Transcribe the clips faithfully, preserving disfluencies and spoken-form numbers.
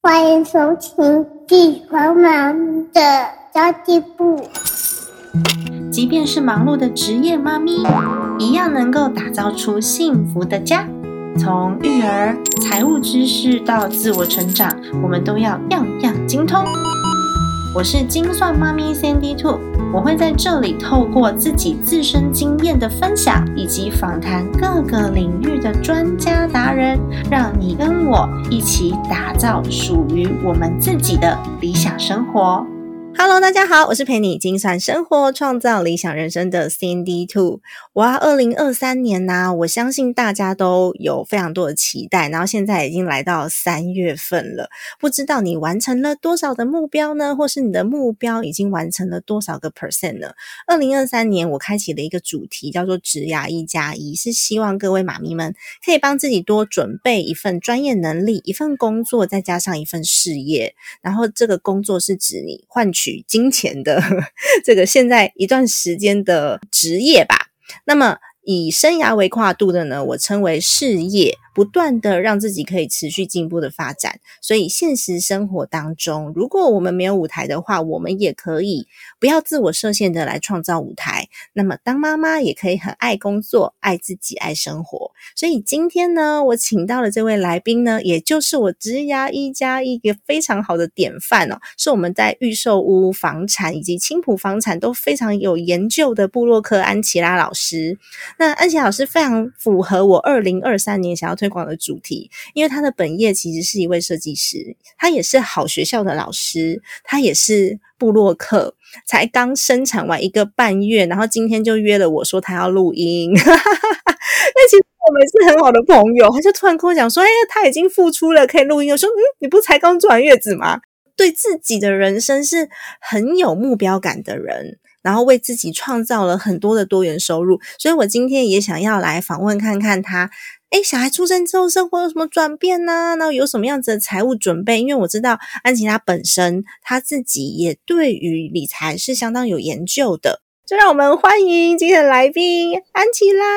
欢迎收听地黄妈咪的交际部。 即便是忙碌的职业妈咪，一样能够打造出幸福的家。从育儿、财务知识到自我成长，我们都要样样精通。我是精算妈咪 Sandy Two， 我会在这里透过自己自身经验的分享，以及访谈各个领域的专家达人，让你跟我一起打造属于我们自己的理想生活。Hello， 大家好，我是陪你精算生活、创造理想人生的 Sandy Two。哇，二零二三年啊，我相信大家都有非常多的期待，然后现在已经来到三月份了，不知道你完成了多少的目标呢？或是你的目标已经完成了多少个 percent 呢？二零二三年我开启了一个主题，叫做职涯一加一，是希望各位妈咪们可以帮自己多准备一份专业能力，一份工作，再加上一份事业。然后这个工作是指你换取金钱的这个现在一段时间的职业吧。那么以生涯为跨度的呢，我称为事业，不断的让自己可以持续进步的发展。所以现实生活当中，如果我们没有舞台的话，我们也可以不要自我设限的来创造舞台。那么当妈妈也可以很爱工作，爱自己，爱生活。所以今天呢，我请到了这位来宾呢，也就是我职涯一加一个非常好的典范哦，是我们在预售屋、房产以及青埔房产都非常有研究的部落客安琪拉老师。那安琪拉老师非常符合我二零二三年想要推广的主题，因为他的本业其实是一位设计师，他也是好学校的老师，他也是部落客，才刚生产完一个半月，然后今天就约了我说他要录音那其实我们是很好的朋友，他就突然跟我讲说，哎，他已经复出了，可以录音。我说嗯，你不才刚坐完月子吗？对自己的人生是很有目标感的人，然后为自己创造了很多的多元收入，所以我今天也想要来访问看看他，诶，小孩出生之后生活有什么转变呢？然后有什么样子的财务准备？因为我知道安琪拉本身他自己也对于理财是相当有研究的，就让我们欢迎今天的来宾安琪拉。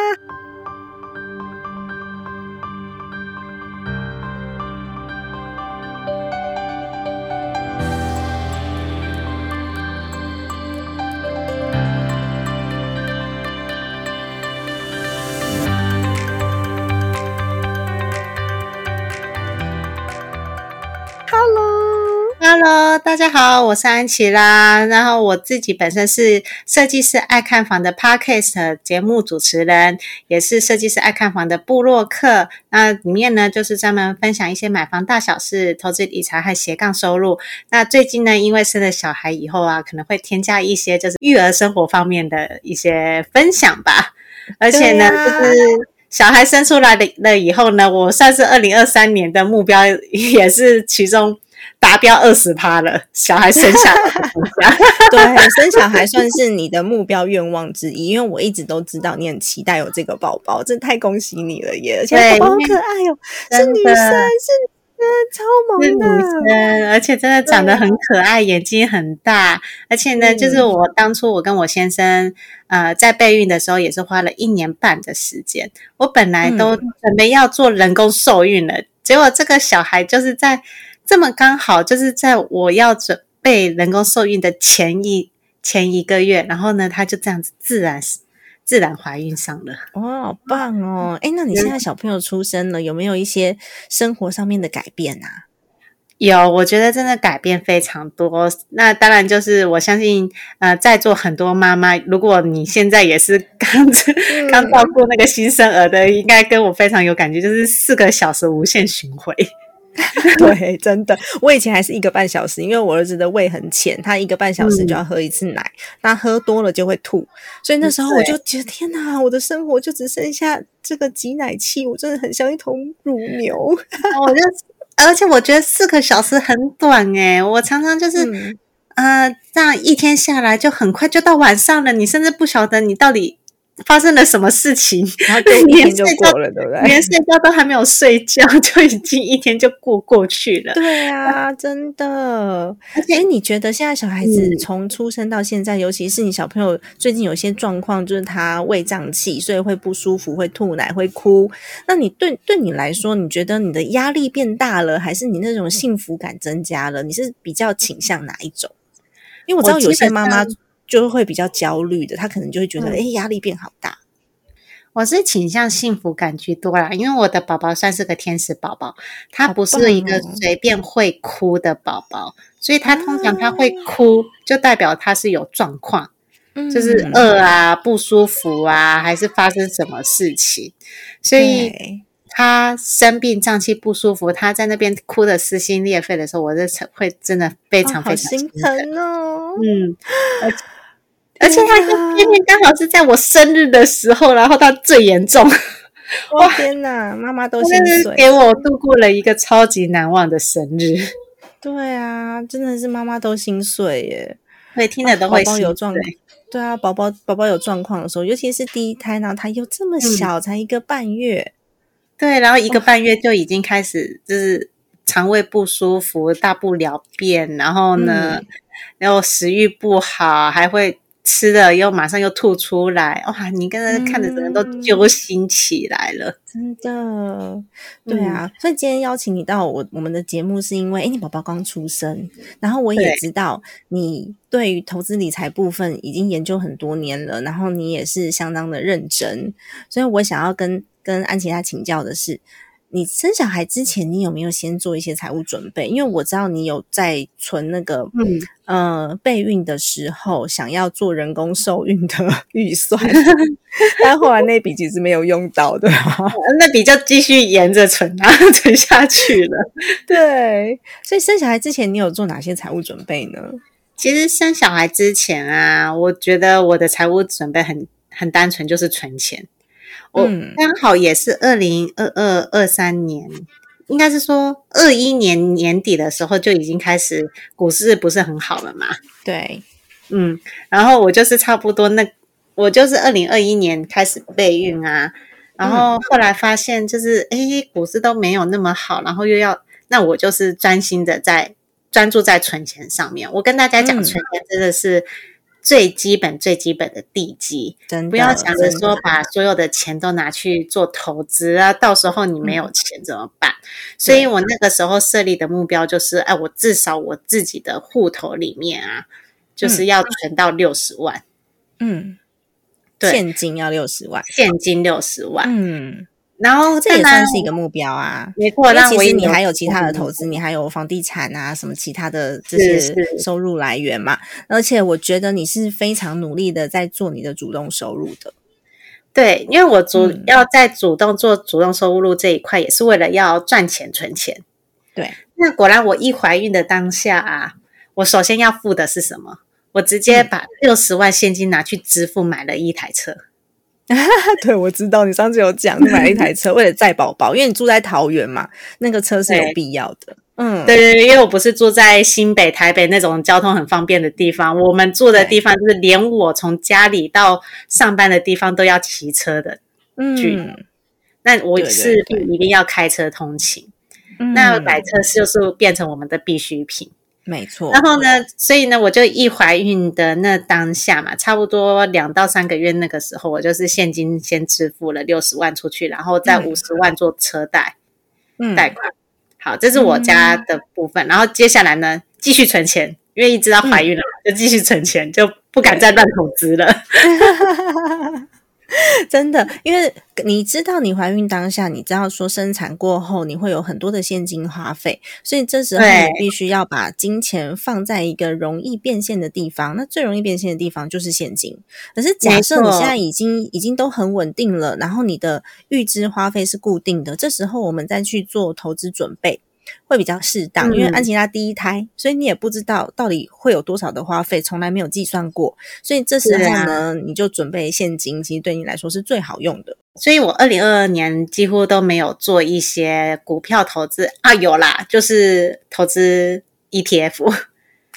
Hello， 大家好，我是安琪拉。然后我自己本身是设计师爱看房的 Podcast 节目主持人，也是设计师爱看房的部落客。那里面呢，就是专门分享一些买房大小事、投资理财和斜杠收入。那最近呢，因为生了小孩以后啊，可能会添加一些就是育儿生活方面的一些分享吧。而且呢，啊、就是小孩生出来了以后呢，我算是二零二三年的目标也是其中达标 百分之二十 了，小孩生下来对，生小孩算是你的目标愿望之一，因为我一直都知道你很期待有这个宝宝，真的太恭喜你了耶！而且宝宝好可爱哦，是女生，是女生，超萌的， 是女生，而且真的长得很可爱，眼睛很大，而且呢，就是我当初我跟我先生呃在备孕的时候，也是花了一年半的时间，我本来都准备要做人工受孕了，嗯、结果这个小孩就是在这么刚好，就是在我要准备人工受孕的前一前一个月，然后呢，他就这样子自然自然怀孕上了。 哇，好棒哦！诶，那你现在小朋友出生了，有没有一些生活上面的改变啊？ 有，我觉得真的改变非常多。那当然就是我相信，呃，在座很多妈妈，如果你现在也是刚刚照顾那个新生儿的，应该跟我非常有感觉，就是四个小时无限循环。 对，真的，我以前还是一个半小时，因为我儿子的胃很浅，他一个半小时就要喝一次奶，嗯、那喝多了就会吐，所以那时候我就觉得天哪，我的生活就只剩下这个挤奶器，我真的很像一头乳牛。 我就而且我觉得四个小时很短诶，我常常就是、嗯、呃，这样一天下来就很快就到晚上了，你甚至不晓得你到底发生了什么事情， 然后就一天就过了，对不对？ 连睡觉都还没有睡觉，就已经一天就过过去了。 对啊，真的。所以你觉得现在小孩子从出生到现在，嗯、尤其是你小朋友最近有些状况，就是他胃胀气，所以会不舒服，会吐奶，会哭。那你对对你来说，你觉得你的压力变大了，还是你那种幸福感增加了？你是比较倾向哪一种？因为我知道有些妈妈就会比较焦虑的，她可能就会觉得，哎、嗯，压力变好大。 我是倾向幸福感居多啦，因为我的宝宝算是个天使宝宝，他不是一个随便会哭的宝宝，所以他通常他会哭，就代表他是有状况，嗯、就是饿啊、不舒服啊，还是发生什么事情，所以他生病、胀气不舒服，他在那边哭得撕心裂肺的时候，我是会真的非常非常心疼哦， 嗯。而且他偏偏刚好是在我生日的时候，然后他最严重。 哇天哪，妈妈都心碎， 给我度过了一个超级难忘的生日。 对啊，真的是妈妈都心碎耶。 对，听了都会心碎。 宝宝有状况，对啊，宝宝宝宝有状况的时候，尤其是第一胎呢，他又这么小，嗯、才一个半月。 对，然后一个半月就已经开始就是肠胃不舒服、大不了便，然后呢，嗯、然后食欲不好，还会。吃了又马上又吐出来，哇！你跟人看着整个都揪心起来了， 嗯、真的。对啊，嗯、所以今天邀请你到我我们的节目，是因为，诶你宝宝刚出生，然后我也知道你对于投资理财部分已经研究很多年了，然后你也是相当的认真，所以我想要跟跟安琪拉请教的是。你生小孩之前，你有没有先做一些财务准备？因为我知道你有在存那个，嗯，呃，备孕的时候想要做人工受孕的预算，但后来那笔其实没有用到的， 那笔就继续沿着存啊，存下去了。 对，所以生小孩之前，你有做哪些财务准备呢？ 其实生小孩之前啊，我觉得我的财务准备很很单纯，就是存钱。我刚好也是二零二二、二三年，应该是说二一年年底的时候就已经开始股市不是很好了嘛。 对， 嗯，然后我就是差不多那，我就是二零二一年开始备孕啊，然后后来发现就是诶股市都没有那么好，然后又要，那我就是专心的在专注在存钱上面。我跟大家讲，存钱真的是。最基本最基本的地基，不要想着说把所有的钱都拿去做投资啊，到时候你没有钱怎么办？嗯、所以我那个时候设立的目标就是，哎，我至少我自己的户头里面啊，就是要存到六十万。 嗯， 对， 现金要六十万， 现金六十万。 嗯。 然后这也算是一个目标啊， 没错。 因为其实你还有其他的投资，你还有房地产啊，什么其他的这些收入来源嘛。而且我觉得你是非常努力的在做你的主动收入的。 对，因为我主要在主动做主动收入这一块，也是为了要赚钱存钱。 对， 那果然我一怀孕的当下啊，我首先要付的是什么？我直接把六十万现金拿去支付，买了一台车。 对，我知道你上次有讲，你买了一台车为了载宝宝，因为你住在桃园嘛，那个车是有必要的。嗯， 对对对，因为我不是住在新北、台北那种交通很方便的地方，我们住的地方就是连我从家里到上班的地方都要骑车的距离，嗯、那我势必一定要开车通勤。嗯、那买车就是变成我们的必需品。 没错， 然后呢，所以呢，我就一怀孕的那当下嘛，差不多两到三个月那个时候，我就是现金先支付了六十万出去，然后再五十万做车贷，嗯，贷款。好，这是我家的部分。嗯、然后接下来呢，继续存钱，因为一知道怀孕了，嗯、就继续存钱，就不敢再乱投资了。 真的，因为你知道你怀孕当下，你知道说生产过后你会有很多的现金花费，所以这时候你必须要把金钱放在一个容易变现的地方，那最容易变现的地方就是现金。可是假设你现在已经已经都很稳定了，然后你的预支花费是固定的，这时候我们再去做投资准备会比较适当，因为安琪拉第一胎，所以你也不知道到底会有多少的花费，从来没有计算过，所以这时候呢，你就准备现金，其实对你来说是最好用的。 所以我二零二二年几乎都没有做一些股票投资啊，有啦，就是投资 E T F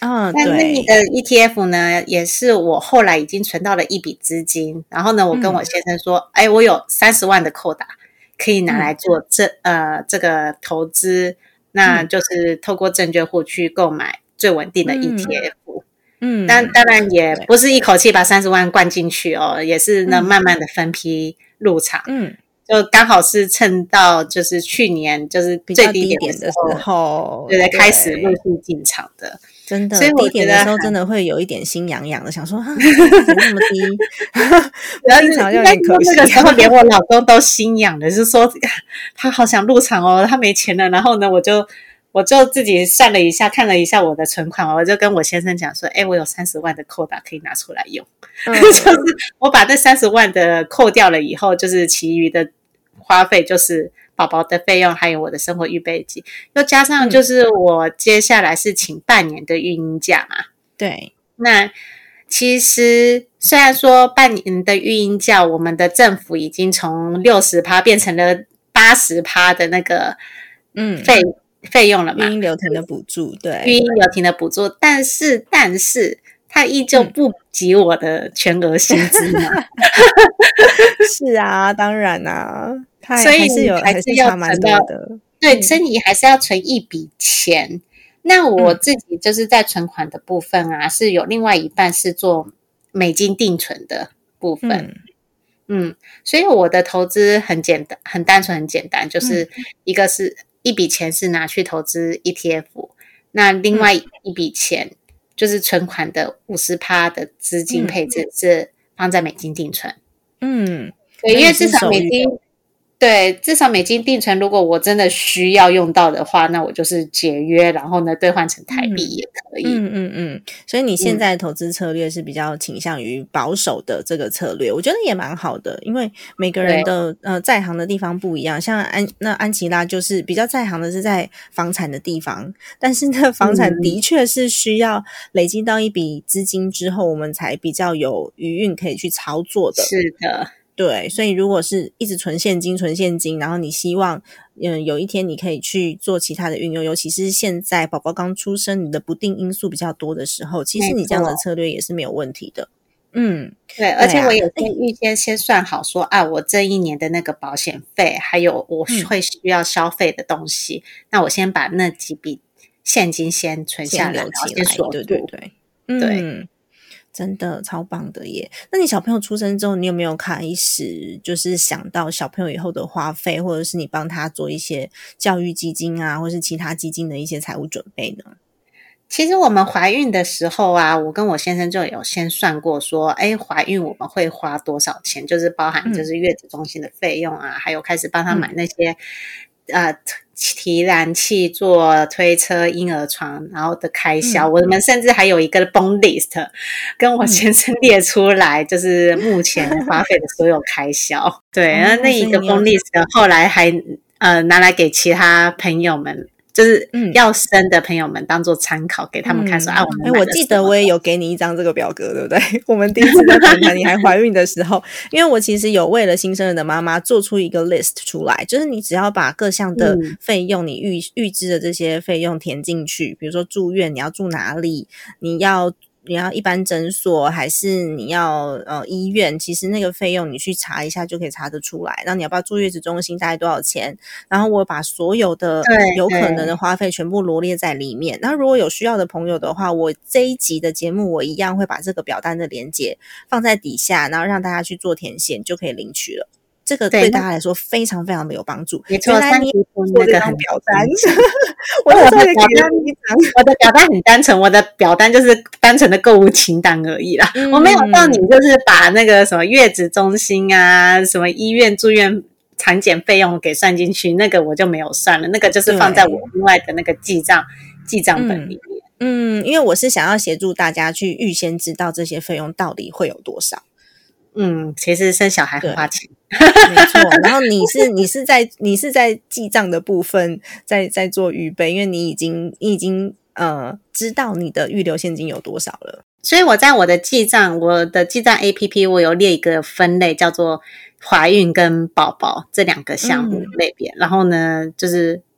啊， 那那对， 个 E T F 呢，也是我后来已经存到了一笔资金，然后呢，我跟我先生说，哎、嗯，我有三十万的扣打，可以拿来做这、嗯、呃这个投资，那就是透过证券户去购买最稳定的 E T F。嗯，但当然也不是一口气把三十万灌进去哦，也是呢慢慢的分批入场。嗯。就刚好是趁到就是去年就是最低点的时候，对对，开始陆续进场的， 真的， 所以我低点的时候真的会有一点心痒痒的，想说啊，怎么那么低？ 进场有点可惜。那个时候连我老公都心痒的，是说他好想入场哦，他没钱了。然后呢，我就我就自己算了一下，看了一下我的存款，我就跟我先生讲说，哎，我有三十万的扣打可以拿出来用，嗯、就是我把这三十万的扣掉了以后，就是其余的花费就是宝宝的费用，还有我的生活预备金，又加上就是我接下来是请半年的育婴假嘛。 对， 那其实虽然说半年的育婴假，我们的政府已经从 百分之六十 变成了 百分之八十 的那个嗯费费用了嘛， 育婴留停的补助，对， 育婴留停的补助，但是但是它依旧不及我的全额薪资嘛。 是啊，当然啊， 所以你还是要存到的，对，所以你还是要存一笔钱。那我自己就是在存款的部分啊，嗯、是有另外一半是做美金定存的部分。嗯, 嗯，所以我的投资很简单，很单纯，很简单，就是一个是一笔钱是拿去投资 E T F， 那另外一笔钱就是存款的 百分之五十 的资金配置是放在美金定存。嗯，对，因为至少美金。对，至少美金定存，如果我真的需要用到的话，那我就是解约，然后呢兑换成台币也可以。 嗯嗯嗯。所以你现在的投资策略是比较倾向于保守的这个策略，我觉得也蛮好的，因为每个人的呃在行的地方不一样。像安那安琪拉就是比较在行的是在房产的地方，但是呢房产的确是需要累积到一笔资金之后，我们才比较有余韵可以去操作的。 是的。 对，所以如果是一直存现金存现金，然后你希望嗯有一天你可以去做其他的运用，尤其是现在宝宝刚出生，你的不定因素比较多的时候，其实你这样的策略也是没有问题的。嗯， 对，而且我也先预先先算好说啊，我这一年的那个保险费，还有我会需要消费的东西，嗯、那我先把那几笔现金先存下来， 留起来，对对对， 嗯。 对，真的超棒的耶！那你小朋友出生之后，你有没有开始就是想到小朋友以后的花费，或者是你帮他做一些教育基金啊，或是其他基金的一些财务准备呢？ 其实我们怀孕的时候啊，我跟我先生就有先算过说，哎，怀孕我们会花多少钱，就是包含就是月子中心的费用啊，嗯、还有开始帮他买那些、嗯、呃提篮器、做推车、婴儿床，然后的开销、嗯、我们甚至还有一个 bone list 跟我先生列出来、嗯、就是目前花费的所有开销。对，那、哦、那一个 bone list 后来还呃拿来给其他朋友们，就是要生的朋友们当做参考，给他们看说、嗯、啊，我们买了什么。 我记得我也有给你一张这个表格，对不对？我们第一次在谈谈你还怀孕的时候，因为我其实有为了新生儿的妈妈做出一个 list 出来，就是你只要把各项的费用，你预预支的这些费用填进去，比如说住院你要住哪里，你要你要一般诊所还是你要呃医院，其实那个费用你去查一下就可以查得出来。然后你要不要住月子中心，大概多少钱？然后我把所有的有可能的花费全部罗列在里面。然后如果有需要的朋友的话，我这一集的节目我一样会把这个表单的连结放在底下，然后让大家去做填写，就可以领取了。这个对大家来说非常非常的有帮助。 没错，三级那个很表单， 我的表单，我的表单很单纯，我的表单就是单纯的购物清单而已啦。嗯、我没有到你就是把那个什么月子中心啊、什么医院住院产检费用给算进去，那个我就没有算了，那个就是放在我另外的那个记账记账本里面。 嗯，因为我是想要协助大家去预先知道这些费用到底会有多少。 嗯，其实生小孩很花钱， 没错。然后你是你是在你是在记账的部分在在做预备，因为你已经你已经呃知道你的预留现金有多少了。 所以我在我的记账我的记账 A P P 我有列一个分类，叫做怀孕跟宝宝这两个项目类别、嗯、然后呢就是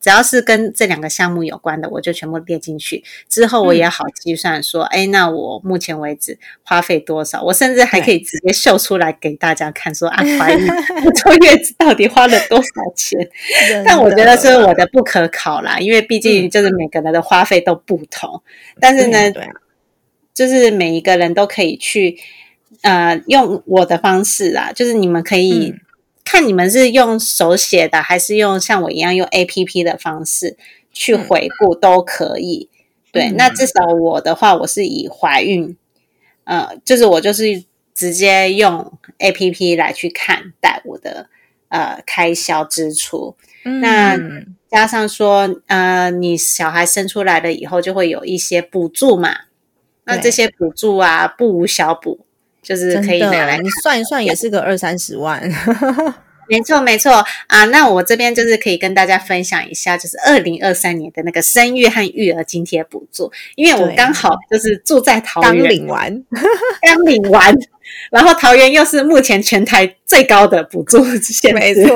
只要是跟这两个项目有关的，我就全部列进去。之后我也好计算说，哎、嗯，那我目前为止花费多少？我甚至还可以直接秀出来给大家看说，啊，怀孕坐月子到底花了多少钱？但我觉得是我的不可考啦，因为毕竟就是每个人的花费都不同。嗯、但是呢， 对啊， 就是每一个人都可以去呃用我的方式啊，就是你们可以。嗯，看你们是用手写的还是用像我一样用 A P P 的方式去回顾都可以、嗯、对、嗯、那至少我的话我是以怀孕呃，就是我就是直接用 A P P 来去看待我的呃开销支出、嗯、那加上说呃你小孩生出来了以后就会有一些补助嘛，那这些补助啊不无小补，就是可以拿来看， 你算一算也是个二三十万。 没错没错啊，那我这边就是可以跟大家分享一下，就是二零二三年的那个生育和育儿津贴补助，因为我刚好就是住在桃园， 刚领完， 刚领完，然后桃园又是目前全台最高的补助县， 没错。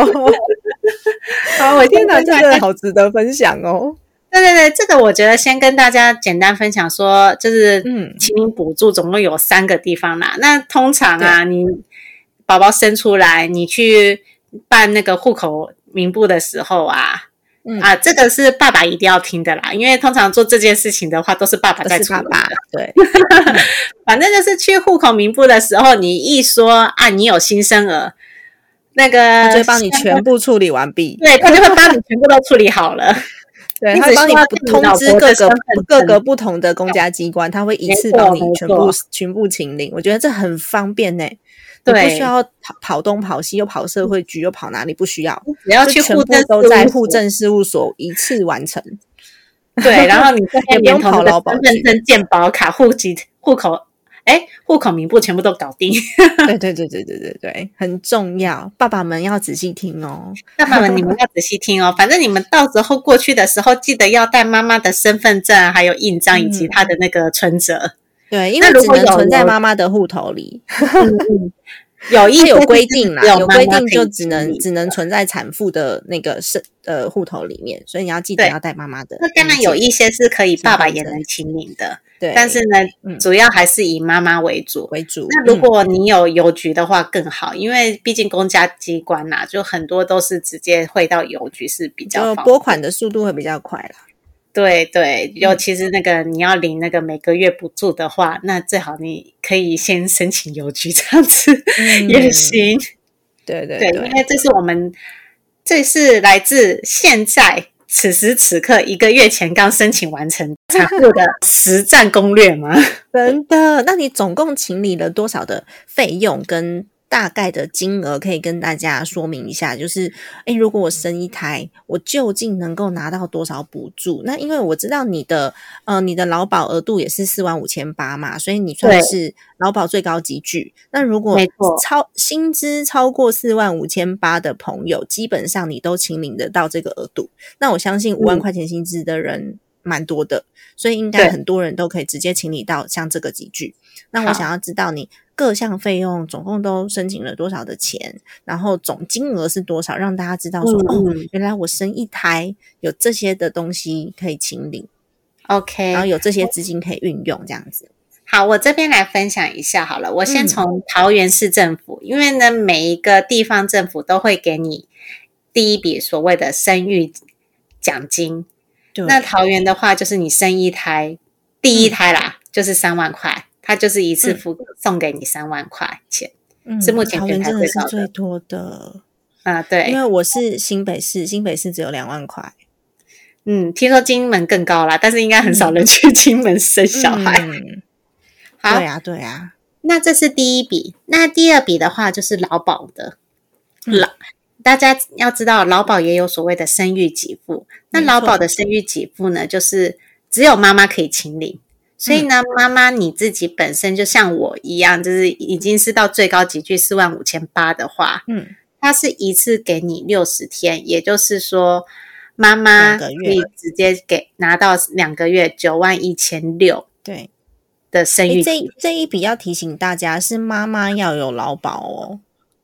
好，我天哪，这个好值得分享哦。 对对对，这个我觉得先跟大家简单分享说，就是亲民补助总共有三个地方啦。那通常啊，你宝宝生出来，你去办那个户口名簿的时候啊，嗯、啊，这个是爸爸一定要听的啦，因为通常做这件事情的话，都是爸爸在处理的。 爸爸对， 反正就是去户口名簿的时候，你一说啊，你有新生儿，那个他就会帮你全部处理完毕， 对，他就会帮你全部都处理好了。 对，他帮你通知各个各个不同的公家机关，他会一次帮你全部全部请领，我觉得这很方便呢、欸。你不需要跑跑东跑西，又跑社会局，又跑哪里，不需要， 只要去户政都在户政事务所一次完成。 对，然后你也不用跑劳保身份证、健保卡、户籍、户口，哎，户口名簿全部都搞定。 对对对对对对对，很重要，爸爸们要仔细听哦。 爸爸们，你们要仔细听哦。反正你们到时候过去的时候，记得要带妈妈的身份证，还有印章以及她的那个存折。嗯对，因为只能存在妈妈的户头里。 嗯嗯，有一有规定啦，有规定就只能只能存在产妇的那个是呃户头里面，所以你要记得要带妈妈的。 那当然有一些是可以爸爸也能请领的，对，但是呢、嗯，主要还是以妈妈为主为主。 那如果你有邮局的话更好，嗯、因为毕竟公家机关呐、啊，就很多都是直接汇到邮局是比较方便， 拨款的速度会比较快啦。 对对，尤其是那个你要领那个每个月补助的话，那最好你可以先申请邮局，这样子、嗯、也行。 对对 对, 对，因为这是我们，这是来自现在此时此刻一个月前刚申请完成产妇的实战攻略吗？ 真的？那你总共请领了多少的费用跟大概的金额可以跟大家说明一下，就是诶如果我生一胎，我究竟能够拿到多少补助？那因为我知道你的呃你的劳保额度也是四万五千八嘛，所以你算是劳保最高级距。那如果超薪资超过四万五千八的朋友，基本上你都请领得到这个额度。那我相信五万块钱薪资的人蛮多的、嗯、所以应该很多人都可以直接请领到像这个级距。那我想要知道你各项费用总共都申请了多少的钱，然后总金额是多少，让大家知道说、嗯、哦，原来我生一胎有这些的东西可以请领 OK， 然后有这些资金可以运用这样子。 好，我这边来分享一下好了，我先从桃园市政府、嗯、因为呢每一个地方政府都会给你第一笔所谓的生育奖金，那桃园的话就是你生一胎第一胎啦、嗯、就是三万块，他就是一次付、嗯、送给你三万块钱、嗯、是目前全台最高的， 桃园真的是最多的啊，对，因为我是新北市，新北市只有两万块。 嗯，听说金门更高啦，但是应该很少人去金门生小孩。 嗯、好，对啊，对啊。 那这是第一笔，那第二笔的话就是劳保的。劳、嗯，大家要知道，劳保也有所谓的生育给付。那劳保的生育给付呢，就是只有妈妈可以请领。所以呢，妈妈你自己本身就像我一样，就是已经是到最高级距四万五千八的话，嗯，它是一次给你六十天，也就是说，妈妈可以直接给拿到两个月九万一千六， 对的生育。 这这一笔要提醒大家，是妈妈要有劳保哦。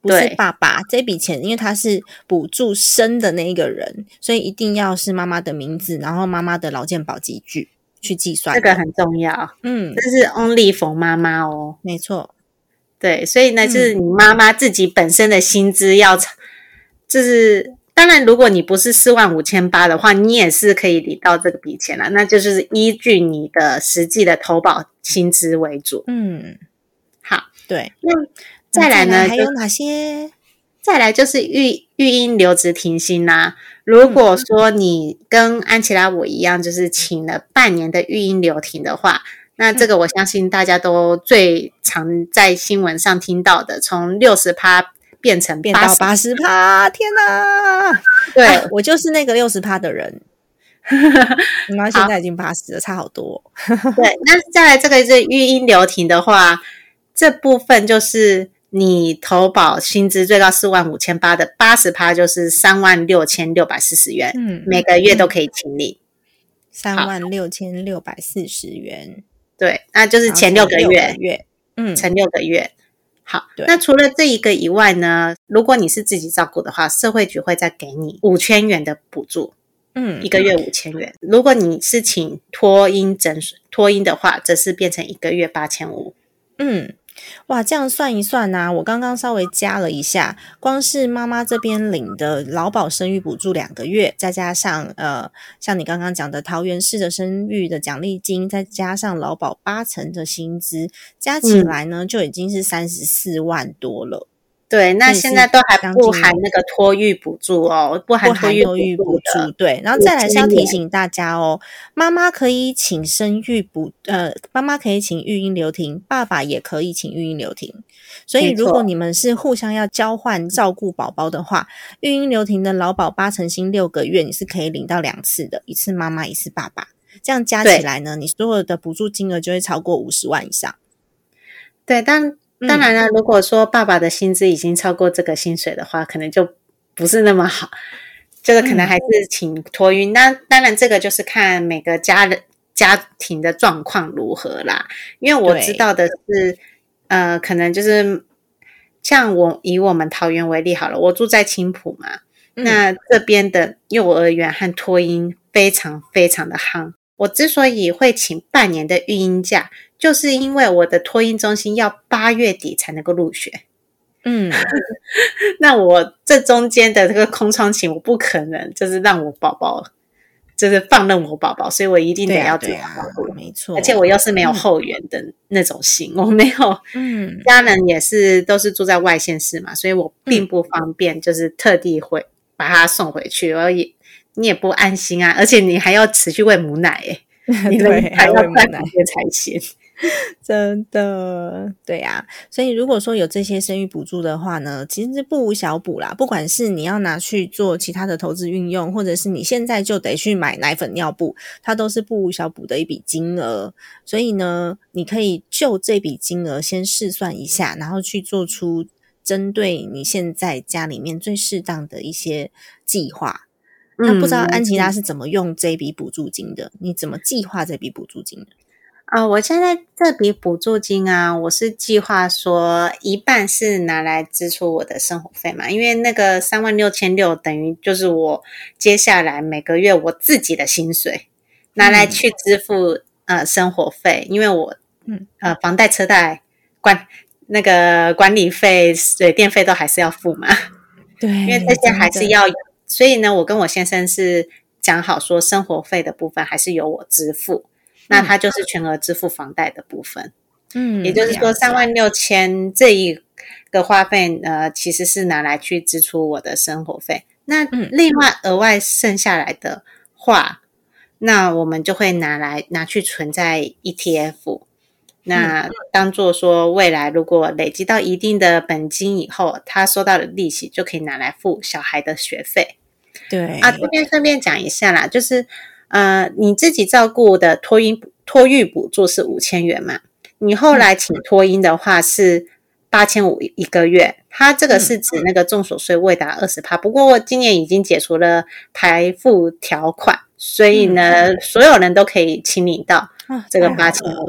不是爸爸。这笔钱因为他是补助生的那一个人，所以一定要是妈妈的名字，然后妈妈的劳健保集聚去计算。 这个很重要。 嗯， 这是 only for 妈妈哦。 没错。 对，所以呢，就是你妈妈自己本身的薪资要，就是当然，如果你不是四万五千八的话，你也是可以领到这个笔钱啦。那就是依据你的实际的投保薪资为主。 嗯， 好， 对。 那再来呢？ 再来还有哪些？ 再来就是育育婴留职停薪啦。如果说你跟安琪拉我一样，就是请了半年的育婴留停的话。那这个我相信大家都最常在新闻上听到的，从 百分之六十 变成变到 百分之八十， 天哪！ 对、 啊、我就是那个 百分之六十 的人。然后现在已经八十了，差好多。 对，那再来这个是育婴留停的话，这部分就是你投保薪资最高四万五千八的 百分之八十 就是三万六千六百四十元，嗯，每个月都可以请领。 三万六千六百四十元。 对，那就是前六个月， 月嗯， 前六个月。好，那除了这一个以外呢，如果你是自己照顾的话，社会局会再给你五千元的补助，嗯，一个月五千元。如果你是请托婴诊所托婴的话，则是变成一个月八千五。 嗯，哇，这样算一算啊，我刚刚稍微加了一下，光是妈妈这边领的劳保生育补助两个月，再加上呃，像你刚刚讲的桃园市的生育的奖励金，再加上劳保八成的薪资，加起来呢、嗯、就已经是三十四万多了。 对，那现在都还不含那个托育补助哦，不含托育补助。 对，然后再来是要提醒大家哦，妈妈可以请生育补，呃，妈妈可以请育婴留停，爸爸也可以请育婴留停。所以如果你们是互相要交换照顾宝宝的话，育婴留停的劳保八成薪六个月，你是可以领到两次的，一次妈妈，一次爸爸。这样加起来呢，你所有的补助金额就会超过五十万以上。 对，但当然了，如果说爸爸的薪资已经超过这个薪水的话，可能就不是那么好，这个可能还是请托育、嗯、那当然这个就是看每个家人家庭的状况如何啦，因为我知道的是呃，可能就是像我以我们桃园为例好了，我住在青埔嘛、嗯、那这边的幼儿园和托婴非常非常的夯，我之所以会请半年的育婴假，就是因为我的托婴中心要八月底才能够入学。嗯，那我这中间的这个空窗期，我不可能就是让我宝宝就是放任我宝宝，所以我一定得要自己照顾、啊啊、没错。而且我又是没有后援的那种型、嗯、我没有，嗯，家人也是都是住在外县市嘛，所以我并不方便就是特地回把他送回去，而也你也不安心啊，而且你还要持续喂母奶耶，你人还要在旁边才行。 真的，对啊，所以如果说有这些生育补助的话呢，其实是不无小补啦，不管是你要拿去做其他的投资运用，或者是你现在就得去买奶粉尿布，它都是不无小补的一笔金额。所以呢，你可以就这笔金额先试算一下，然后去做出针对你现在家里面最适当的一些计划。那不知道安琪拉是怎么用这笔补助金的？你怎么计划这笔补助金的？ 呃，我现在这笔补助金啊，我是计划说一半是拿来支出我的生活费嘛，因为那个三万六千六等于就是我接下来每个月我自己的薪水拿来去支付、嗯、呃生活费，因为我嗯呃房贷、车贷、管那个管理费、水电费都还是要付嘛， 对， 因为这些还是要，所以呢，我跟我先生是讲好说生活费的部分还是由我支付。那他就是全额支付房贷的部分，嗯，也就是说三万六千这一个花费，呃，其实是拿来去支出我的生活费。那另外额外剩下来的话，那我们就会拿来拿去存在 E T F， 那当做说未来如果累积到一定的本金以后，他收到的利息就可以拿来付小孩的学费。 对啊，这边顺便讲一下啦，就是。呃，你自己照顾的托婴托育补助是五千元嘛？你后来请托婴的话是八千五一个月，它这个是指那个综所税未达 百分之二十， 不过今年已经解除了排付条款，所以呢、嗯、所有人都可以请领到这个八千五。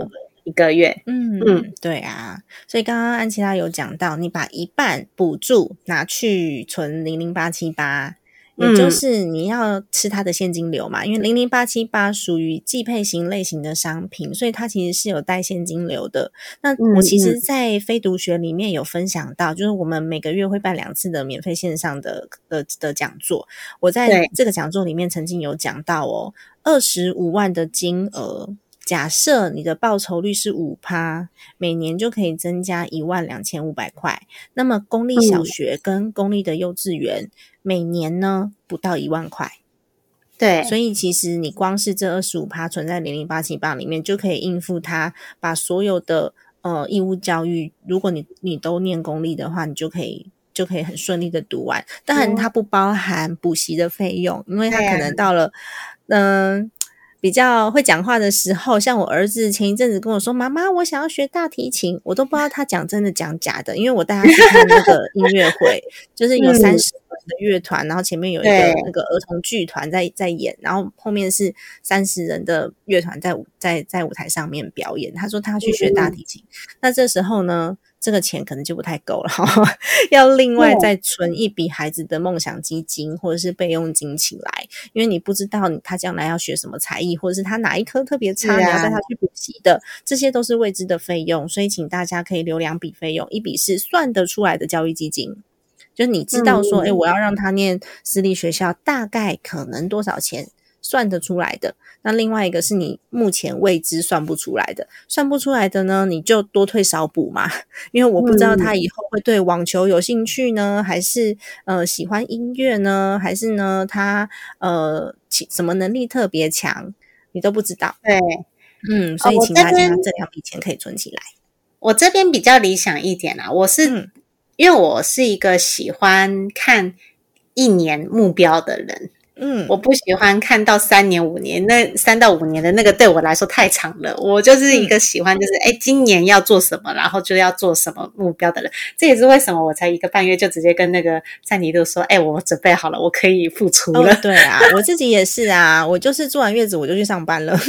一个月。 嗯嗯，对啊，所以刚刚安琪拉有讲到，你把一半补助拿去存零零八七八，也就是你要吃它的现金流嘛，因为零零八七八属于季配型类型的商品，所以它其实是有带现金流的。那我其实在非读学里面有分享到，就是我们每个月会办两次的免费线上的的的讲座，我在这个讲座里面曾经有讲到哦，二十五万的金额，假设你的报酬率是 百分之五， 每年就可以增加一万两千五百块。那么公立小学跟公立的幼稚园、嗯、每年呢不到一万块。 对， 所以其实你光是这 百分之二十五 存在零零八七八里面就可以应付它，把所有的呃义务教育，如果你你都念公立的话，你就可以就可以很顺利的读完。当然它不包含补习的费用，因为它可能到了嗯、呃比较会讲话的时候，像我儿子前一阵子跟我说，妈妈我想要学大提琴，我都不知道他讲真的讲假的，因为我带他去看那个音乐会就是有三十人的乐团、嗯、然后前面有一个那个儿童剧团在在演，然后后面是三十人的乐团在在在舞台上面表演。他说他去学大提琴、嗯、那这时候呢这个钱可能就不太够了要另外再存一笔孩子的梦想基金或者是备用金起来，因为你不知道他将来要学什么才艺，或者是他哪一科特别差、啊、你要带他去补习的，这些都是未知的费用。所以请大家可以留两笔费用，一笔是算得出来的教育基金，就是你知道说、嗯、诶我要让他念私立学校大概可能多少钱算得出来的，那另外一个是你目前未知算不出来的，算不出来的呢你就多退少补嘛，因为我不知道他以后会对网球有兴趣呢，还是呃喜欢音乐呢，还是呢他呃什么能力特别强，你都不知道。 对， 嗯，所以请大家这两笔钱可以存起来。 我这边比较理想一点啦，我是、嗯、因为我是一个喜欢看一年目标的人，嗯，我不喜欢看到三年五年，那三到五年的那个对我来说太长了。我就是一个喜欢就是哎、嗯，今年要做什么，然后就要做什么目标的人。这也是为什么我才一个半月就直接跟那个珊妮露说，哎，我准备好了，我可以付出了。 哦、对啊，我自己也是啊，我就是坐完月子我就去上班了。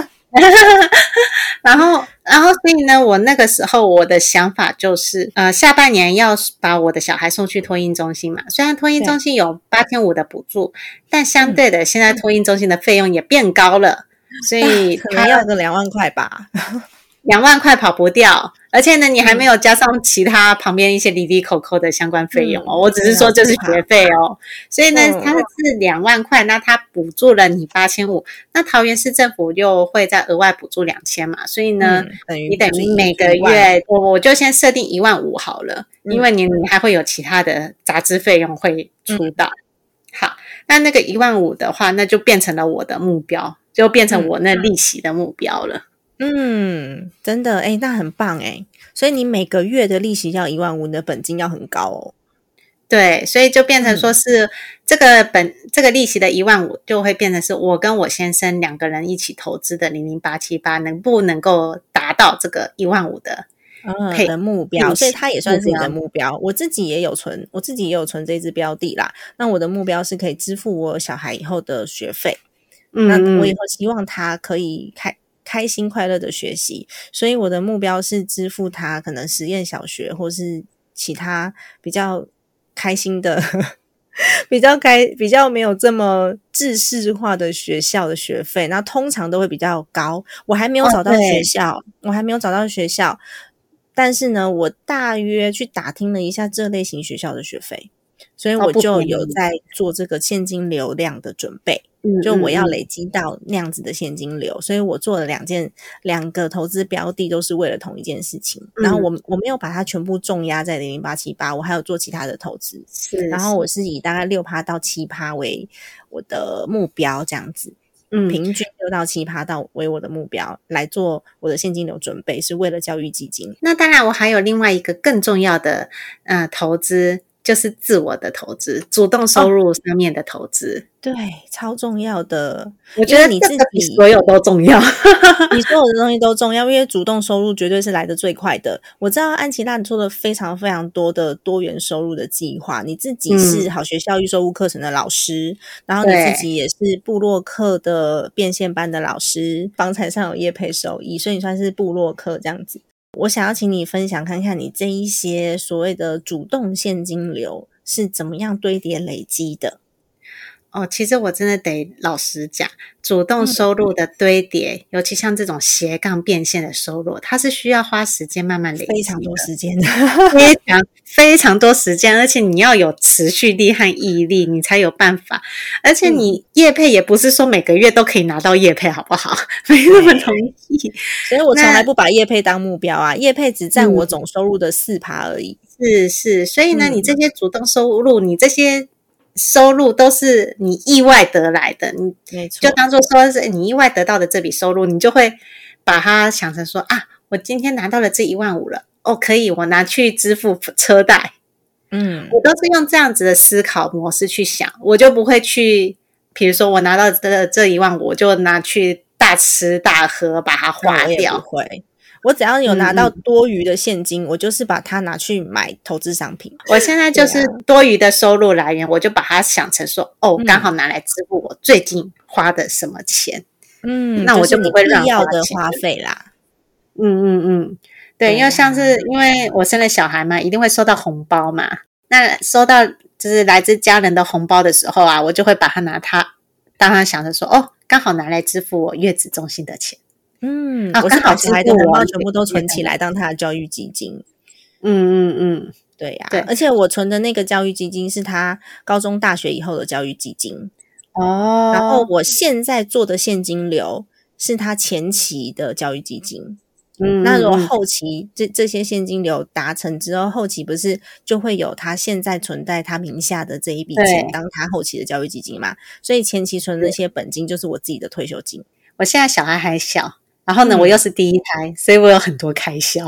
然后然后所以呢我那个时候我的想法就是呃下半年要把我的小孩送去托婴中心嘛，虽然托婴中心有八千五的补助，但相对的、嗯、现在托婴中心的费用也变高了，所以可能要个两万块吧。 两万块跑不掉，而且呢你还没有加上其他旁边一些里里口口的相关费用哦、嗯、我只是说就是学费哦，所以呢、嗯、它是两万块，那它补助了你八千五，那桃园市政府又会再额外补助两千嘛，所以呢、嗯、你等于每个月我我就先设定一万五好了、嗯、因为你你还会有其他的杂支费用会出到、嗯、好，那那个一万五的话那就变成了我的目标，就变成我那利息的目标了。 嗯，真的诶，那很棒诶，所以你每个月的利息要一万五，你的本金要很高哦。 对，所以就变成说是这个本、嗯、这个利息的一万五就会变成是我跟我先生两个人一起投资的零零八七八，能不能够达到这个一万五的嗯的目标，所以它也算是你的目标。我自己也有存，我自己也有存这支标的啦。那我的目标是可以支付我小孩以后的学费，嗯，那我以后希望他可以开开心快乐的学习，所以我的目标是支付他可能实验小学或是其他比较开心的比较开比较没有这么制式化的学校的学费，那通常都会比较高。我还没有找到学校、哦、我还没有找到学校，但是呢我大约去打听了一下这类型学校的学费，所以我就有在做这个现金流量的准备，就我要累积到那样子的现金流，所以我做了两件两个投资标的都是为了同一件事情，然后我我没有把它全部重压在零零八七八，我还有做其他的投资，然后我是以大概 百分之六到百分之七 为我的目标这样子，嗯，平均六到百分之七 到为我的目标来做我的现金流准备，是为了教育基金。 那当然我还有另外一个更重要的呃投资， 就是自我的投资，主动收入上面的投资。 哦，对，超重要的。 我觉得你自己比所有都重要。 你所有的东西都重要，因为主动收入绝对是来得最快的。我知道安琪拉你做了非常非常多的多元收入的计划，你自己是好学校预售屋课程的老师，嗯，然后你自己也是部落客的变现班的老师，房产上有业配收益，所以你算是部落客这样子。我想要请你分享看看你这一些所谓的主动现金流是怎么样堆叠累积的。 哦，其实我真的得老实讲，主动收入的堆叠，嗯，尤其像这种斜杠变现的收入，它是需要花时间慢慢累积的， 非常多时间的非常非常多时间，而且你要有持续力和毅力，你才有办法。而且你业配也不是说每个月都可以拿到业配，好不好？没那么容易。 所以我从来不把业配当目标啊，业配只占我总收入的 百分之四 而已。 是是，所以呢，嗯，你这些主动收入，你这些收入都是你意外得来的，你就当作说是你意外得到的这笔收入，你就会把它想成说啊，我今天拿到了这一万五了，哦，可以，我拿去支付车贷。嗯，我都是用这样子的思考模式去想，我就不会去，比如说我拿到这这一万五，我就拿去大吃大喝把它花掉。 我也不会。我只要有拿到多余的现金，嗯，我就是把它拿去买投资商品。 我现在就是多余的收入来源，啊，我就把它想成说，哦，刚好拿来支付我最近花的什么钱。嗯，那我就不会乱花钱，就是，你必要的花费啦。 嗯嗯嗯，对，对，因为像是因为我生了小孩嘛，一定会收到红包嘛。那收到就是来自家人的红包的时候啊，我就会把它拿它当它想着说，哦，刚好拿来支付我月子中心的钱。 嗯，啊，我是把小孩的红包全部都存起来当他的教育基金。 嗯嗯嗯， 对呀，啊，对，而且我存的那个教育基金是他高中大学以后的教育基金。哦，然后我现在做的现金流是他前期的教育基金。嗯，那如果后期这这些现金流达成之后，后期不是就会有他现在存在他名下的这一笔钱当他后期的教育基金嘛？所以前期存的那些本金就是我自己的退休金。 我现在小孩还小。然后呢，嗯，我又是第一胎，所以我有很多开销。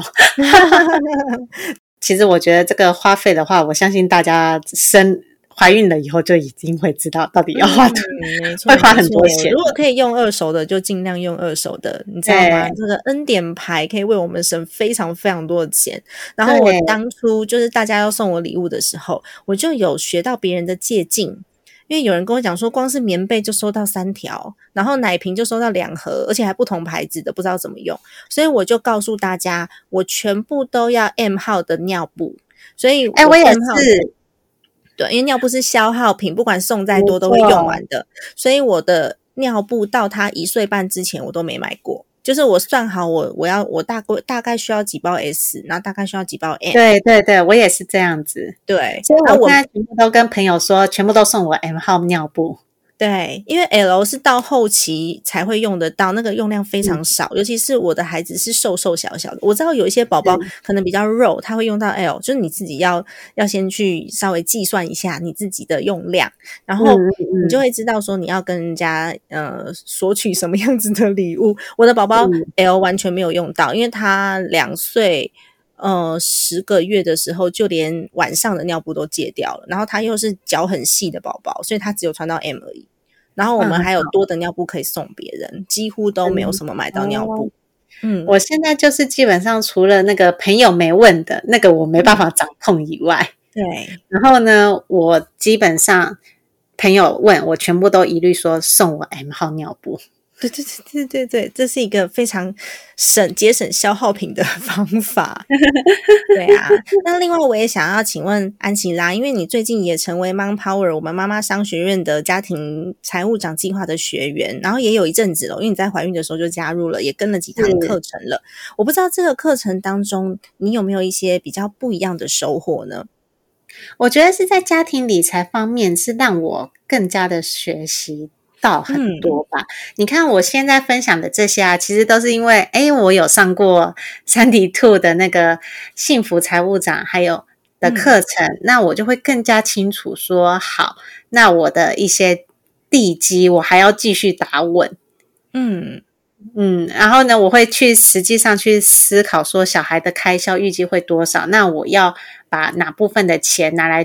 其实我觉得这个花费的话，我相信大家生怀孕了以后就已经会知道到底要花多， 嗯， 会花很多钱。 如果可以用二手的，就尽量用二手的，你知道吗？这个恩典牌可以为我们省非常非常多的钱。然后我当初就是大家要送我礼物的时候，我就有学到别人的借镜。因为有人跟我讲说，光是棉被就收到三条，然后奶瓶就收到两盒，而且还不同牌子的，不知道怎么用。所以我就告诉大家，我全部都要 M 号的尿布。所以哎，我也是。 对，因为尿布是消耗品，不管送再多都会用完的。所以我的尿布到他一岁半之前，我都没买过。就是我算好我我要我大概大概需要几包 S， 然后大概需要几包 M。 对对对，我也是这样子。 对， 所以我现在全部都跟朋友说，全部都送我 M 号尿布。 对，因为 L 是到后期才会用得到，那个用量非常少，嗯，尤其是我的孩子是瘦瘦小小的。我知道有一些宝宝可能比较肉，他会用到 L， 就是你自己要要先去稍微计算一下你自己的用量，然后你就会知道说你要跟人家呃索取什么样子的礼物。我的宝宝 L 完全没有用到，因为他两岁。呃，十个月的时候，就连晚上的尿布都戒掉了。然后他又是脚很细的宝宝，所以他只有穿到 M 而已。然后我们还有多的尿布可以送别人，嗯，几乎都没有什么买到尿布。 嗯，我现在就是基本上除了那个朋友没问的那个我没办法掌控以外， 对。 然后呢，我基本上朋友问我，全部都一律说送我 M 号尿布。 对对对对对对，这是一个非常省节省消耗品的方法。对啊，那另外我也想要请问安琪拉，因为你最近也成为 Mom Power 我们妈妈商学院的家庭财务长计划的学员，然后也有一阵子了，因为你在怀孕的时候就加入了，也跟了几堂课程了。我不知道这个课程当中你有没有一些比较不一样的收获呢？ 我觉得是在家庭理财方面是让我更加的学习到很多吧、嗯、你看我现在分享的这些啊，其实都是因为诶我有上过三 D 二 的那个幸福财务长还有的课程、嗯、那我就会更加清楚说好，那我的一些地基我还要继续打稳。嗯嗯，然后呢我会去实际上去思考说小孩的开销预计会多少，那我要把哪部分的钱拿来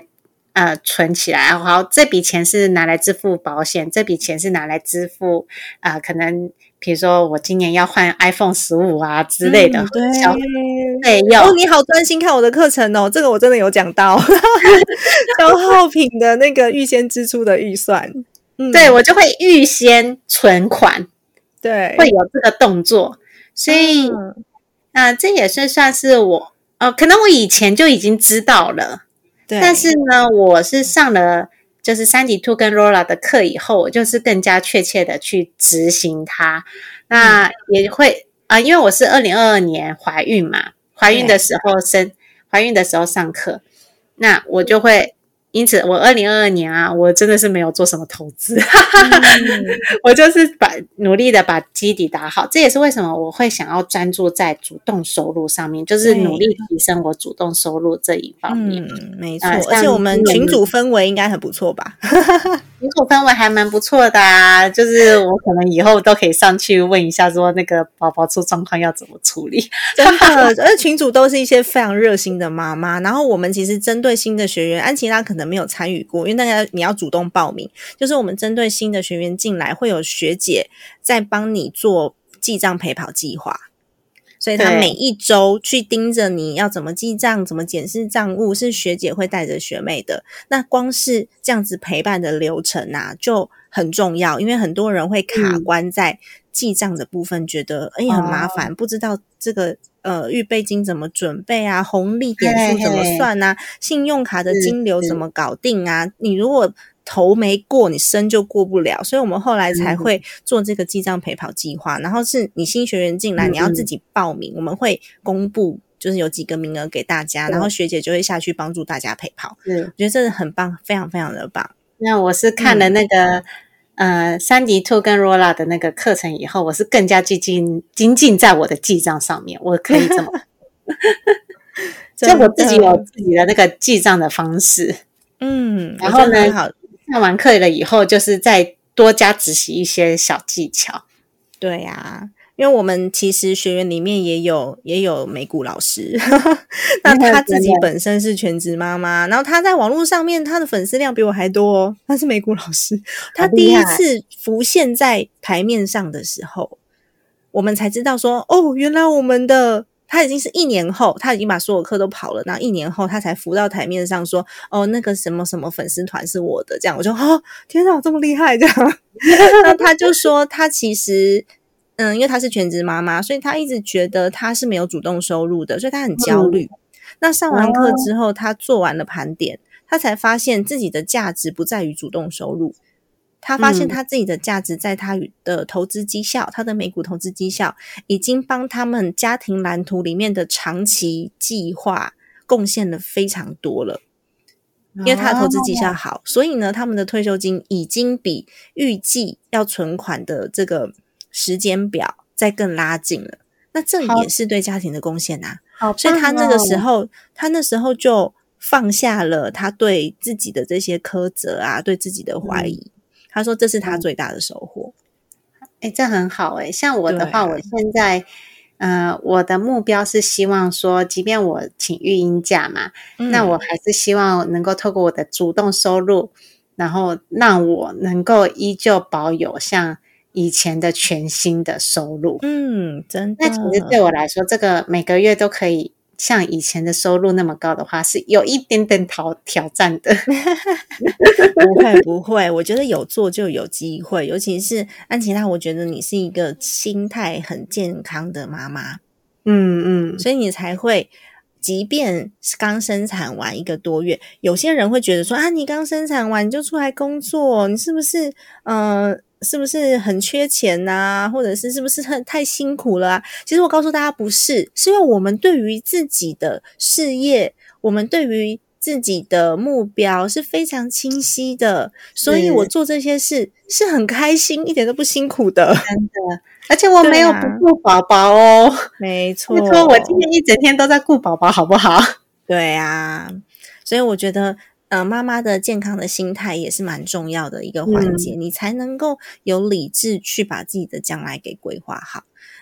呃存起来，好，这笔钱是拿来支付保险，这笔钱是拿来支付啊、呃，可能比如说我今年要换 iPhone 十五啊之类的、 嗯、对消费用。 哦，你好专心看我的课程哦，这个我真的有讲到消耗品的那个预先支出的预算。嗯、 对，我就会预先存款， 对， 会有这个动作，所以，嗯、呃，这也是算是我，呃，可能我以前就已经知道了， 对， 但是呢，我是上了就是三级兔跟 Rola 的课以后，我就是更加确切的去执行它，那也会啊、呃，因为我是二零二二年怀孕嘛，怀孕的时候生，怀孕的时候上课，那我就会。因此我二零二二年啊，我真的是没有做什么投资、嗯、我就是把努力的把基底打好，这也是为什么我会想要专注在主动收入上面，就是努力提升我主动收入这一方面。 嗯，没错、呃、而且我们群组氛围应该很不错吧群组氛围还蛮不错的啊，就是我可能以后都可以上去问一下说那个宝宝出状况要怎么处理。 真的，而群组都是一些非常热心的妈妈，然后我们其实针对新的学员，安琪拉可能没有参与过，因为大家你要主动报名，就是我们针对新的学员进来，会有学姐在帮你做记账陪跑计划，所以他每一周去盯着你要怎么记账，怎么检视账务，是学姐会带着学妹的。那光是这样子陪伴的流程啊就很重要，因为很多人会卡关在记账的部分，觉得哎、欸、很麻烦、哦、不知道这个呃预备金怎么准备啊，红利点数怎么算啊，信用卡的金流怎么搞定啊，你如果头没过你身就过不了，所以我们后来才会做这个记账陪跑计划、嗯、然后是你新学员进来、嗯、你要自己报名，我们会公布就是有几个名额给大家，然后学姐就会下去帮助大家陪跑。我觉得这很棒，非常非常的棒。 那我是看了那个、嗯、呃三级兔跟 Rola 的那个课程以后，我是更加精进精进在我的记账上面，我可以这么就我自己有自己的那个记账的方式。 嗯， 然后呢上完课了以后就是再多加执行一些小技巧。 对啊，因为我们其实学员里面也有也有美股老师那他自己本身是全职妈妈，然后他在网络上面他的粉丝量比我还多哦，他是美股老师，他第一次浮现在台面上的时候，我们才知道说哦，原来我们的他已经是一年后，他已经把所有课都跑了，然后一年后他才浮到台面上说哦，那个什么什么粉丝团是我的，这样我就哦，天哪，这么厉害这样那他就说他其实嗯，因为他是全职妈妈，所以他一直觉得他是没有主动收入的，所以他很焦虑、嗯、那上完课之后、哦、他做完了盘点，他才发现自己的价值不在于主动收入，他发现他自己的价值在他的投资绩效、嗯、他的美股投资绩效已经帮他们家庭蓝图里面的长期计划贡献了非常多了，因为他的投资绩效好、哦、所以呢他们的退休金已经比预计要存款的这个时间表再更拉近了，那这也是对家庭的贡献啊、哦、所以他那个时候他那时候就放下了他对自己的这些苛责啊，对自己的怀疑、嗯他说这是他最大的收获。 诶、欸、这很好诶、欸、像我的话、啊、我现在呃，我的目标是希望说即便我请育婴假嘛、嗯、那我还是希望能够透过我的主动收入，然后让我能够依旧保有像以前的全新的收入。 嗯，真的。 那其实对我来说这个每个月都可以像以前的收入那么高的话是有一点点挑挑战的不会不会，我觉得有做就有机会，尤其是安琪拉，我觉得你是一个心态很健康的妈妈， 嗯嗯， 所以你才会即便刚生产完一个多月，有些人会觉得说啊，你刚生产完你就出来工作，你是不是呃是不是很缺钱啊，或者是是不是很太辛苦了啊？其实我告诉大家不是，是因为我们对于自己的事业，我们对于自己的目标是非常清晰的，所以我做这些事是很开心，一点都不辛苦的， 真的。而且我没有不顾宝宝哦， 啊、没错， 你说我今天一整天都在顾宝宝好不好？ 对啊，所以我觉得呃，妈妈的健康的心态也是蛮重要的一个环节、嗯、你才能够有理智去把自己的将来给规划好。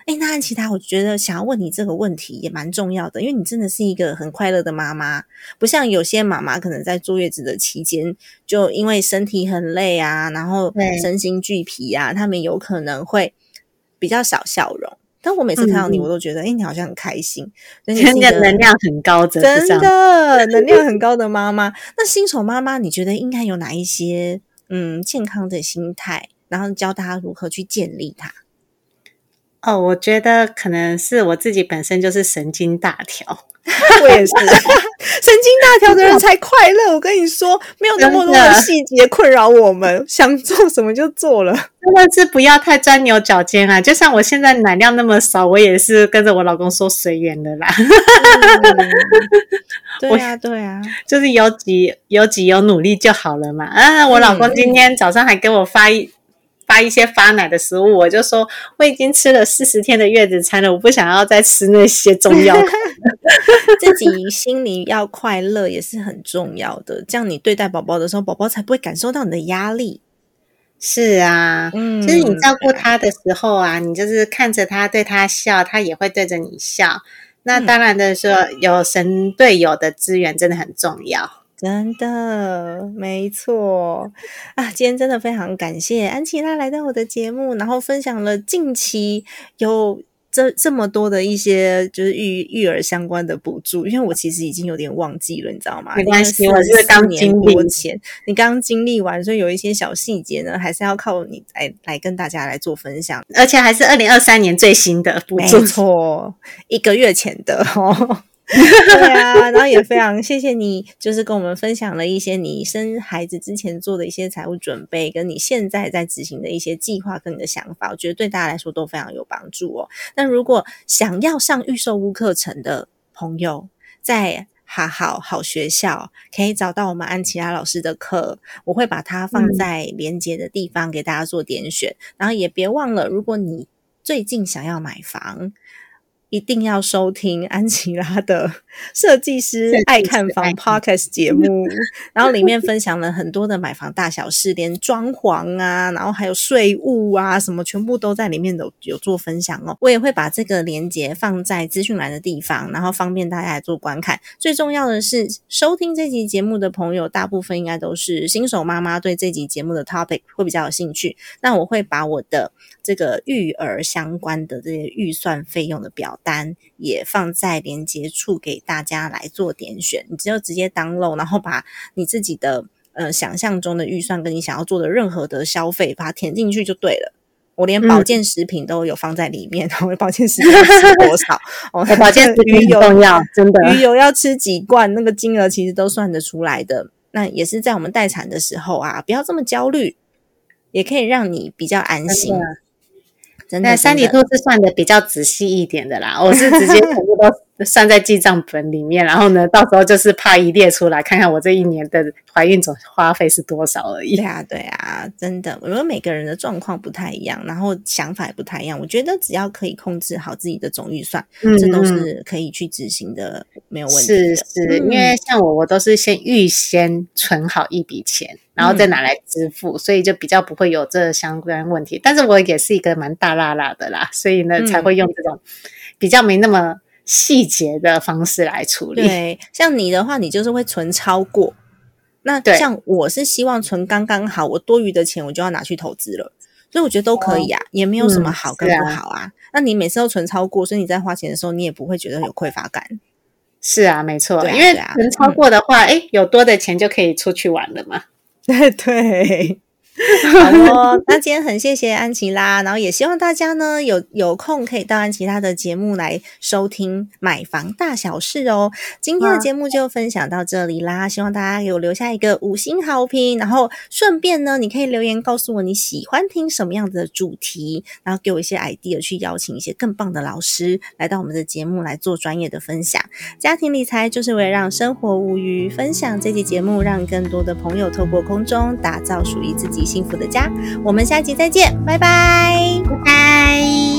诶，那安琪拉，我觉得想要问你这个问题也蛮重要的，因为你真的是一个很快乐的妈妈，不像有些妈妈可能在坐月子的期间，就因为身体很累啊，然后身心俱疲啊，他们有可能会比较少笑容。但我每次看到你，嗯、我都觉得，哎、欸，你好像很开心， 真的能量很高的， 真的能量很高的妈妈。那新手妈妈，你觉得应该有哪一些嗯健康的心态，然后教大家如何去建立它？ 哦，我觉得可能是我自己本身就是神经大条。 我也是神经大条的人才快乐，我跟你说，没有那么多的细节困扰我们，想做什么就做了， 真的是不要太钻牛角尖啊。就像我现在奶量那么少，我也是跟着我老公说随缘的啦。 嗯、对啊对啊， 就是有几有几有努力就好了嘛。啊，我老公今天早上还给我发一发一些发奶的食物，我就说我已经吃了四十天的月子餐了，我不想要再吃那些中药。 自己心里要快乐也是很重要的，这样你对待宝宝的时候，宝宝才不会感受到你的压力。 是啊，嗯，就是你照顾他的时候啊，你就是看着他对他笑，他也会对着你笑。那当然的说，嗯、有神队友的资源真的很重要。 真的没错啊！今天真的非常感谢安琪拉来到我的节目，然后分享了近期有这这么多的一些就是育育儿相关的补助，因为我其实已经有点忘记了，你知道吗？ 没关系，我是刚经历， 你刚经历完，所以有一些小细节呢，还是要靠你来来跟大家来做分享， 而且还是二零二三年最新的补助， 没错，一个月前的哦。对啊，然后也非常谢谢你，就是跟我们分享了一些你生孩子之前做的一些财务准备，跟你现在在执行的一些计划跟你的想法，我觉得对大家来说都非常有帮助哦。那如果想要上预售屋课程的朋友，在哈好好学校可以找到我们安琪拉老师的课，我会把它放在连结的地方给大家做点选，嗯、然后也别忘了，如果你最近想要买房，一定要收听安琪拉的设计师爱看房 Podcast 节目，然后里面分享了很多的买房大小事，连装潢啊，然后还有税务啊什么全部都在里面有有做分享哦。我也会把这个连结放在资讯栏的地方，然后方便大家来做观看。最重要的是，收听这集节目的朋友大部分应该都是新手妈妈，对这集节目的 topic 会比较有兴趣。那我会把我的这个育儿相关的这些预算费用的表单也放在连结处给大家来做点选，你只有直接 download， 然后把你自己的呃想象中的预算跟你想要做的任何的消费把它填进去就对了。我连保健食品都有放在里面，然后、嗯、保健食品要吃多少哦， 保健食品很重要，真的鱼油要吃几罐，那个金额其实都算得出来的。那也是在我们待产的时候啊，不要这么焦虑，也可以让你比较安心。 真的，三里兔是算的比较仔细一点的啦，我是直接全部都算在记账本里面，然后呢，到时候就是怕一列出来，看看我这一年的怀孕总花费是多少而已。 对啊，对啊，真的，我觉得每个人的状况不太一样，然后想法也不太一样。我觉得只要可以控制好自己的总预算，嗯、这都是可以去执行的，没有问题的。 是是、嗯，因为像我，我都是先预先存好一笔钱。然后再拿来支付、嗯、所以就比较不会有这相关问题。但是我也是一个蛮大辣辣的啦，所以呢、嗯、才会用这种比较没那么细节的方式来处理。 对，像你的话你就是会存超过，那像我是希望存刚刚好，我多余的钱我就要拿去投资了，所以我觉得都可以啊、哦、也没有什么好跟不好啊、嗯、啊那你每次都存超过，所以你在花钱的时候你也不会觉得有匮乏感。 是啊，没错、啊、因为存超过的话、嗯、诶有多的钱就可以出去玩了嘛。 对对，好哦，那今天很谢谢安琪拉，然后也希望大家呢有有空可以到安琪拉的节目来收听买房大小事哦。今天的节目就分享到这里啦，希望大家给我留下一个五星好评，然后顺便呢你可以留言告诉我你喜欢听什么样子的主题，然后给我一些 idea 去邀请一些更棒的老师来到我们的节目来做专业的分享。家庭理财就是为了让生活无虞，分享这期节目让更多的朋友透过空中打造属于自己幸福的家。我们下期再见，拜拜， 拜拜。